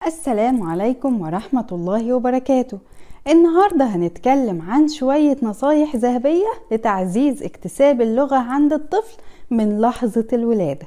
السلام عليكم ورحمة الله وبركاته. النهاردة هنتكلم عن شوية نصايح ذهبية لتعزيز اكتساب اللغة عند الطفل من لحظة الولادة.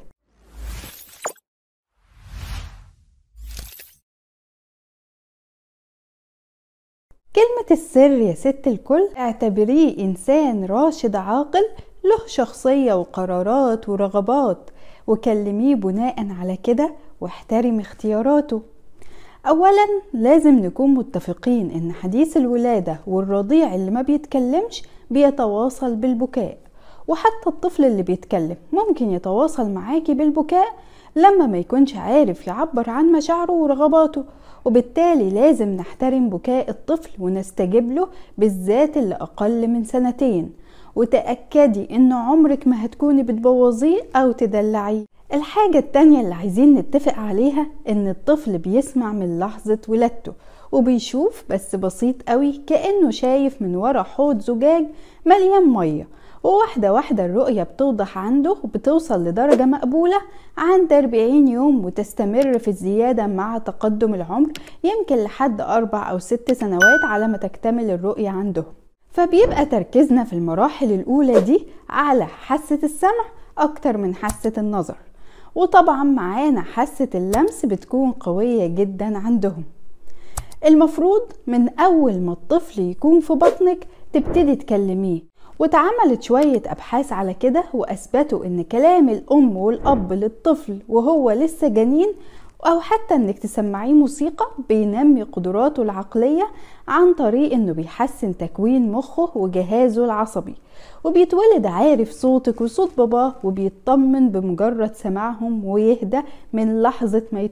كلمة السر يا ست الكل، اعتبريه إنسان راشد عاقل له شخصية وقرارات ورغبات، وكلميه بناء على كده واحترم اختياراته. اولا لازم نكون متفقين ان حديث الولادة والرضيع اللي ما بيتكلمش بيتواصل بالبكاء، وحتى الطفل اللي بيتكلم ممكن يتواصل معاكي بالبكاء لما ما يكونش عارف يعبر عن مشاعره ورغباته، وبالتالي لازم نحترم بكاء الطفل ونستجيب له، بالذات اللي اقل من 2 سنين. وتأكدي ان عمرك ما هتكوني بتبوظيه او تدلعيه. الحاجة التانية اللي عايزين نتفق عليها ان الطفل بيسمع من لحظة ولادته، وبيشوف بس بسيط قوي، كأنه شايف من ورا حوض زجاج مليان مية، وواحدة واحدة الرؤية بتوضح عنده وبتوصل لدرجة مقبولة عند 40 يوم، وتستمر في الزيادة مع تقدم العمر، يمكن لحد 4 أو 6 سنوات على ما تكتمل الرؤية عندهم. فبيبقى تركيزنا في المراحل الأولى دي على حاسة السمع أكتر من حاسة النظر، وطبعا معانا حاسة اللمس بتكون قوية جدا عندهم. المفروض من أول ما الطفل يكون في بطنك تبتدي تكلميه، واتعملت شوية أبحاث على كده وأثبتوا إن كلام الأم والأب للطفل وهو لسه جنين، أو حتى إنك تسمعيه موسيقى، بينمي قدراته العقلية عن طريق إنه بيحسن تكوين مخه وجهازه العصبي، وبيتولد عارف صوتك وصوت باباه، وبيطمن بمجرد سماعهم ويهدى من لحظة ما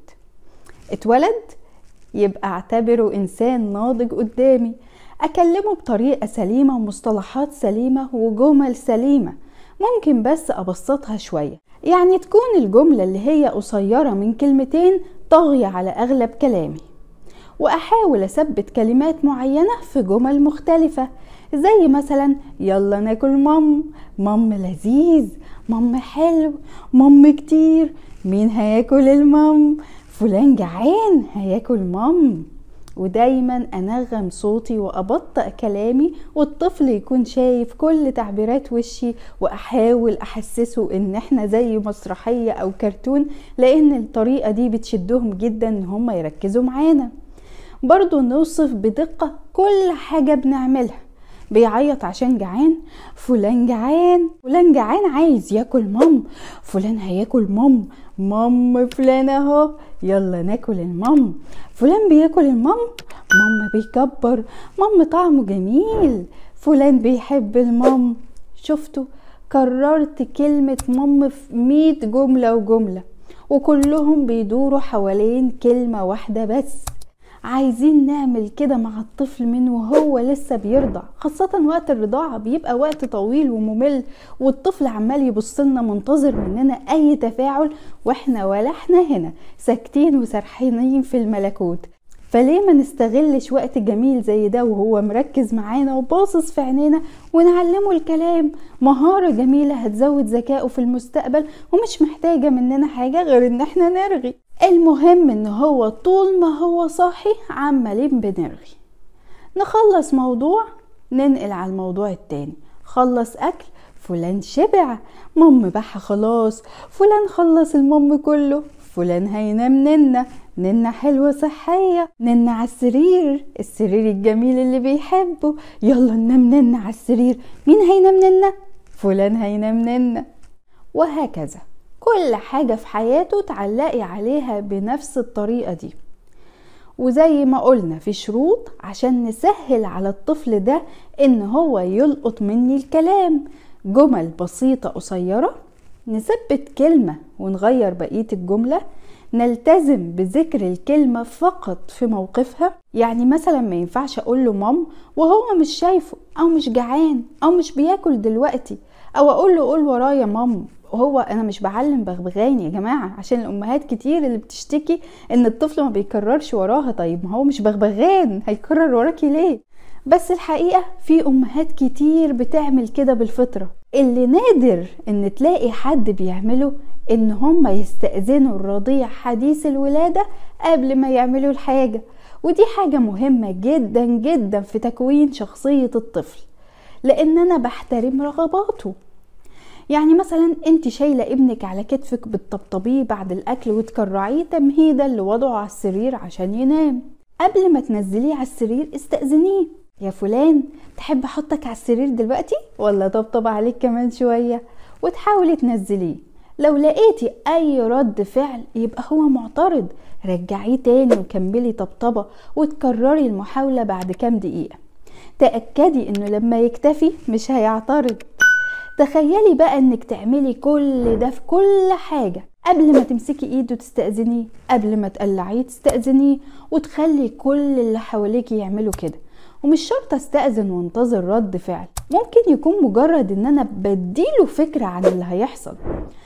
اتولد يبقى اعتبره إنسان ناضج قدامي، أكلمه بطريقة سليمة ومصطلحات سليمة وجمل سليمة. ممكن بس أبسطها شوية، يعني تكون الجملة اللي هي قصيرة من 2 كلمة طاغية على أغلب كلامي، وأحاول أثبت كلمات معينة في جمل مختلفة، زي مثلا يلا ناكل مام لذيذ، مام حلو، مام كتير، مين هياكل المام، فلان جعان هياكل مام. ودايما انغم صوتي وابطئ كلامي، والطفل يكون شايف كل تعبيرات وشي، واحاول احسسه ان احنا زي مسرحية او كرتون، لان الطريقة دي بتشدهم جدا ان هم يركزوا معانا. برضو نوصف بدقة كل حاجة بنعملها. بيعيط عشان جعان، فلان جعان، فلان جعان عايز ياكل مام، فلان هياكل مام فلان اهو، يلا ناكل المام، فلان بياكل المام، مام بيكبر، مام طعمه جميل، فلان بيحب المام. شفتوا؟ كررت كلمة مام في 100 جملة وجملة، وكلهم بيدوروا حوالين كلمة واحدة بس. عايزين نعمل كده مع الطفل من وهو لسه بيرضع، خاصة وقت الرضاعة بيبقى وقت طويل وممل، والطفل عمال يبصلنا منتظر مننا اي تفاعل، واحنا ولا احنا هنا ساكتين وسرحانين في الملكوت. فليه ما نستغلش وقت جميل زي ده وهو مركز معانا وباصص في عينينا، ونعلمه الكلام، مهارة جميلة هتزود ذكائه في المستقبل، ومش محتاجة مننا حاجة غير ان احنا نرغي. المهم ان هو طول ما هو صاحي عمالين بنرغي. نخلص موضوع ننقل على الموضوع التاني، خلص اكل، فلان شبع، مام بح خلاص، فلان خلص المام كله، فلان هينام ننة حلوة صحية، ننة على السرير الجميل اللي بيحبه، يلا ننام ننة على السرير، مين هينام ننة؟ فلان هينام ننة. وهكذا كل حاجة في حياته تعلقي عليها بنفس الطريقة دي. وزي ما قلنا في شروط عشان نسهل على الطفل ده ان هو يلقط مني الكلام، جمل بسيطة قصيرة، نثبت كلمة ونغير بقية الجملة، نلتزم بذكر الكلمة فقط في موقفها. يعني مثلا ما ينفعش اقول له مام وهو مش شايفه او مش جعان او مش بياكل دلوقتي، او اقول له قول ورايا مام وهو انا مش بعلم بغبغان يا جماعة، عشان الامهات كتير اللي بتشتكي ان الطفل ما بيكررش وراها. طيب ما هو مش بغبغان، هيكرر وراكي ليه؟ بس الحقيقة في امهات كتير بتعمل كده بالفطرة. اللي نادر ان تلاقي حد بيعمله ان هم يستأذنوا الرضيع حديث الولادة قبل ما يعملوا الحاجة، ودي حاجة مهمة جدا جدا في تكوين شخصية الطفل، لان انا بحترم رغباته. يعني مثلا انت شايلة ابنك على كتفك بتطبطبيه بعد الاكل وتكرعيه تمهيدا لوضعه على السرير عشان ينام، قبل ما تنزليه على السرير استأذنيه، يا فلان تحب احطك على السرير دلوقتي ولا طبطب عليك كمان شوية، وتحاولي تنزليه. لو لقيتي اي رد فعل يبقى هو معترض، رجعيه تاني وكملي طبطبة وتكرري المحاولة بعد كام دقيقة. تأكدي انه لما يكتفي مش هيعترض. تخيلي بقى انك تعملي كل ده في كل حاجة، قبل ما تمسكي ايده تستأذنيه، قبل ما تقلعيه تستأذنيه، وتخلي كل اللي حواليكي يعملوا كده. ومش شرط استأذن وانتظر رد فعل، ممكن يكون مجرد ان انا بديله فكرة عن اللي هيحصل،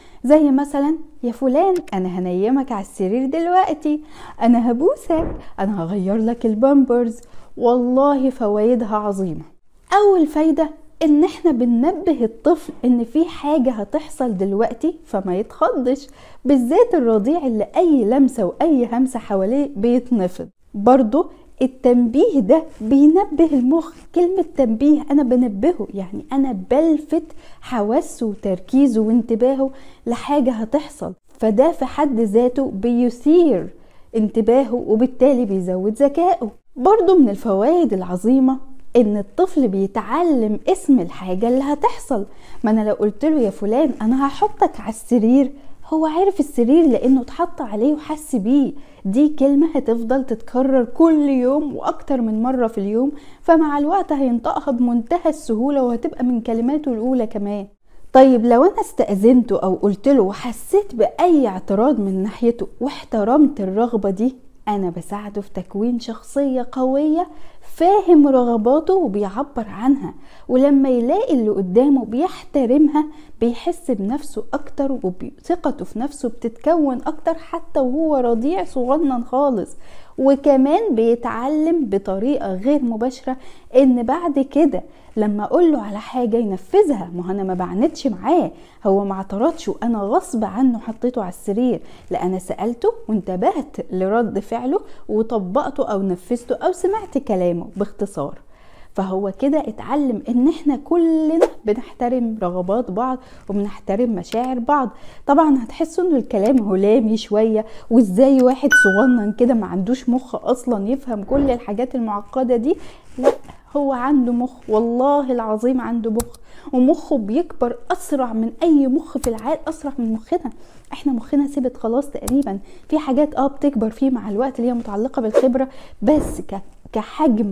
زي مثلا يا فلان انا هنيمك على السرير دلوقتي، انا هبوسك، انا هغير لك البامبرز. والله فوائدها عظيمة. اول فايدة ان احنا بننبه الطفل ان في حاجة هتحصل دلوقتي فما يتخضش، بالذات الرضيع اللي اي لمسة واي همسة حواليه بيتنفض. برضو التنبيه ده بينبه المخ. كلمة تنبيه انا بنبهه، يعني انا بلفت حواسه وتركيزه وانتباهه لحاجة هتحصل، فده في حد ذاته بيثير انتباهه وبالتالي بيزود ذكائه. برضو من الفوائد العظيمة ان الطفل بيتعلم اسم الحاجة اللي هتحصل. ما انا لو قلت له يا فلان انا هحطك على السرير، هو عارف السرير لانه اتحط عليه وحس بيه. دي كلمة هتفضل تتكرر كل يوم واكتر من مرة في اليوم، فمع الوقت هينطقها بمنتهى السهولة وهتبقى من كلماته الاولى كمان. طيب لو انا استأذنته او قلت له وحسيت باي اعتراض من ناحيته واحترمت الرغبة دي، انا بساعده في تكوين شخصية قوية، فاهم رغباته وبيعبر عنها. ولما يلاقي اللي قدامه بيحترمها بيحس بنفسه اكتر وثقته في نفسه بتتكون اكتر حتى وهو رضيع صغنن خالص. وكمان بيتعلم بطريقة غير مباشرة ان بعد كده لما اقوله على حاجة ينفذها. ما انا ما بعندش معاه، هو ما اعترضش وانا غصب عنه حطيته على السرير، لا انا سألته وانتبهت لرد فعله وطبقته او نفذته او سمعت كلامه باختصار. فهو كده اتعلم ان احنا كلنا بنحترم رغبات بعض وبنحترم مشاعر بعض. طبعا هتحسوا ان الكلام هلامي شوية، وازاي واحد صغنن كده ما عندوش مخ اصلا يفهم كل الحاجات المعقدة دي. لا، هو عنده مخ، والله العظيم عنده مخ، ومخه بيكبر اسرع من اي مخ في العالم، اسرع من مخنا. احنا مخنا ثبت خلاص تقريبا، في حاجات بتكبر فيه مع الوقت اللي هي متعلقة بالخبرة، بس كحجم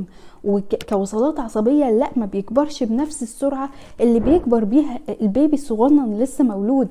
وكوصلات عصبية لا، ما بيكبرش بنفس السرعة اللي بيكبر بيها البيبي الصغنن لسه مولود.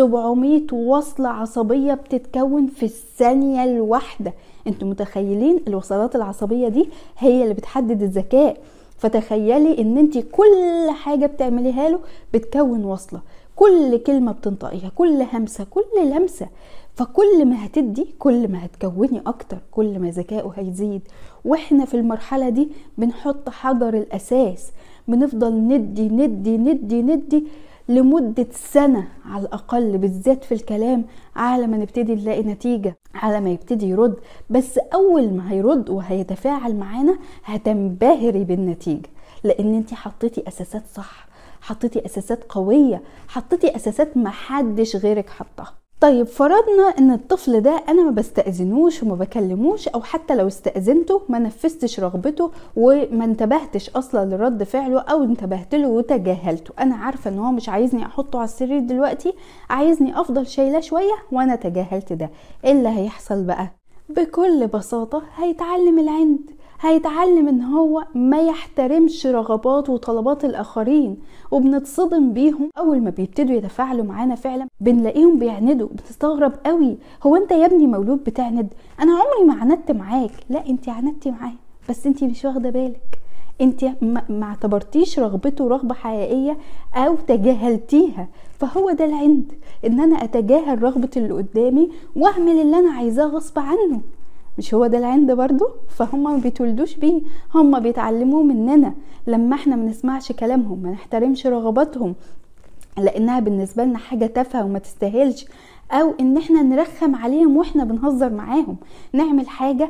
700 وصلة عصبية بتتكون في الثانية الواحدة. انتوا متخيلين الوصلات العصبية دي هي اللي بتحدد الذكاء؟ فتخيلي ان انت كل حاجة بتعمليها له بتكون وصلة، كل كلمة بتنطقيها، كل همسة، كل لمسة. فكل ما هتدي كل ما هتكوني اكتر، كل ما ذكائه هيزيد. واحنا في المرحلة دي بنحط حجر الاساس، بنفضل ندي ندي ندي ندي لمدة سنة على الاقل، بالذات في الكلام، على ما نبتدي نلاقي نتيجة، على ما يبتدي يرد. بس اول ما هيرد وهيتفاعل معانا هتنبهري بالنتيجة، لان انتي حطيتي اساسات صح، حطيتي اساسات قوية، حطيتي اساسات محدش غيرك حطها. طيب فرضنا ان الطفل ده انا ما بستأذنوش وما بكلموش، او حتى لو استأذنته ما نفذتش رغبته وما انتبهتش اصلا لرد فعله، او انتبهت له وتجاهلته. انا عارفة ان هو مش عايزني احطه على السرير دلوقتي، عايزني افضل شايلاه شوية، وانا تجاهلت ده. ايه اللي هيحصل بقى؟ بكل بساطة هيتعلم العند، هيتعلم ان هو ما يحترمش رغبات وطلبات الاخرين. وبنتصدم بيهم اول ما بيبتدوا يتفاعلوا معانا، فعلا بنلاقيهم بيعندوا. بتستغرب قوي، هو انت يا ابني مولود بتعند؟ انا عمري ما عندت معاك. لا، انت عندتي معايا بس انت مش واخده بالك، انت ما اعتبرتيش رغبته رغبة حقيقية او تجاهلتيها. فهو ده العند، ان انا اتجاهل رغبة اللي قدامي واعمل اللي انا عايزاه غصب عنه. مش هو ده العند برضو؟ فهم ما بيتولدوش بيه، هم بيتعلموه مننا لما احنا ما نسمعش كلامهم، ما نحترمش رغباتهم لانها بالنسبة لنا حاجة تافهة وما تستاهلش. او ان احنا نرخم عليهم واحنا بنهزر معاهم، نعمل حاجة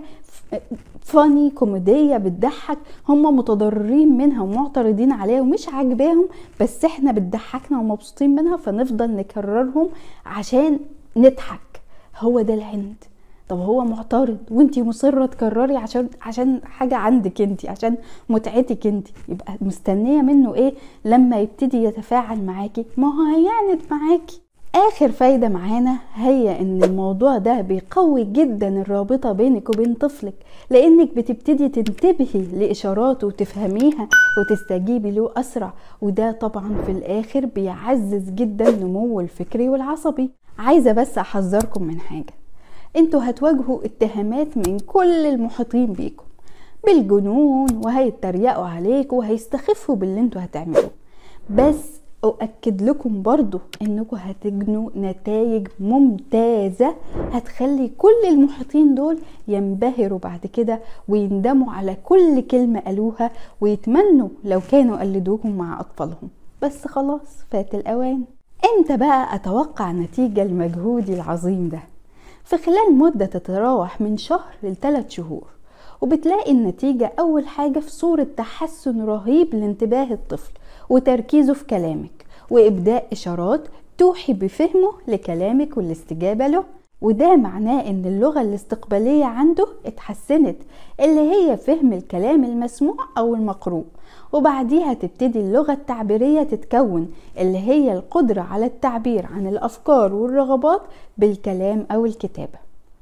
فاني كوميدية بتضحك، هم متضررين منها ومعترضين عليها ومش عاجباهم، بس احنا بتضحكنا ومبسوطين منها، فنفضل نكررهم عشان نضحك. هو ده العند. طب هو معترض وانتي مصرة تكرري عشان حاجة عندك انتي، عشان متعتك انتي، يبقى مستنية منه ايه لما يبتدي يتفاعل معاكي؟ ما هو هيعند معاكي. اخر فايدة معانا هي ان الموضوع ده بيقوي جدا الرابطة بينك وبين طفلك، لانك بتبتدي تنتبهي لاشاراته وتفهميها وتستجيبي له اسرع، وده طبعا في الاخر بيعزز جدا نمو الفكري والعصبي. عايزة بس احذركم من حاجة، انتوا هتواجهوا اتهامات من كل المحيطين بيكم بالجنون، وهيتريقوا عليكم وهيستخفوا باللي انتوا هتعملوه، بس أؤكد لكم برضو انكم هتجنوا نتائج ممتازة هتخلي كل المحيطين دول ينبهروا بعد كده ويندموا على كل كلمة قالوها ويتمنوا لو كانوا قلدوهم مع أطفالهم. بس خلاص فات الأوان. امتى بقى أتوقع نتيجة لمجهودي العظيم ده؟ في خلال مدة تتراوح من شهر ل3 شهور، وبتلاقي النتيجة أول حاجة في صورة تحسن رهيب لانتباه الطفل وتركيزه في كلامك، وإبداء إشارات توحي بفهمه لكلامك والاستجابة له، وده معناه إن اللغة الاستقبالية عنده اتحسنت، اللي هي فهم الكلام المسموع أو المقروء، وبعديها تبتدي اللغة التعبيرية تتكون، اللي هي القدرة على التعبير عن الأفكار والرغبات بالكلام أو الكتابة.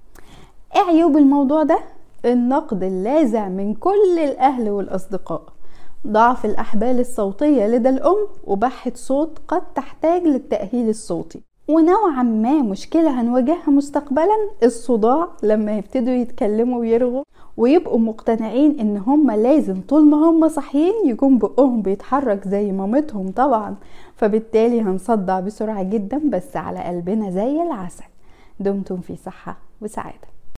إيه عيوب الموضوع ده؟ النقد اللاذع من كل الأهل والأصدقاء، ضعف الأحبال الصوتية لدى الأم وبحة صوت قد تحتاج للتأهيل الصوتي، ونوعا ما مشكلة هنواجهها مستقبلا الصداع لما يبتدوا يتكلموا ويرغوا ويبقوا مقتنعين ان هم لازم طول ما هم صحيين يكون بقهم بيتحرك زي مامتهم طبعا، فبالتالي هنصدع بسرعة جدا، بس على قلبنا زي العسل. دمتم في صحة وسعادة.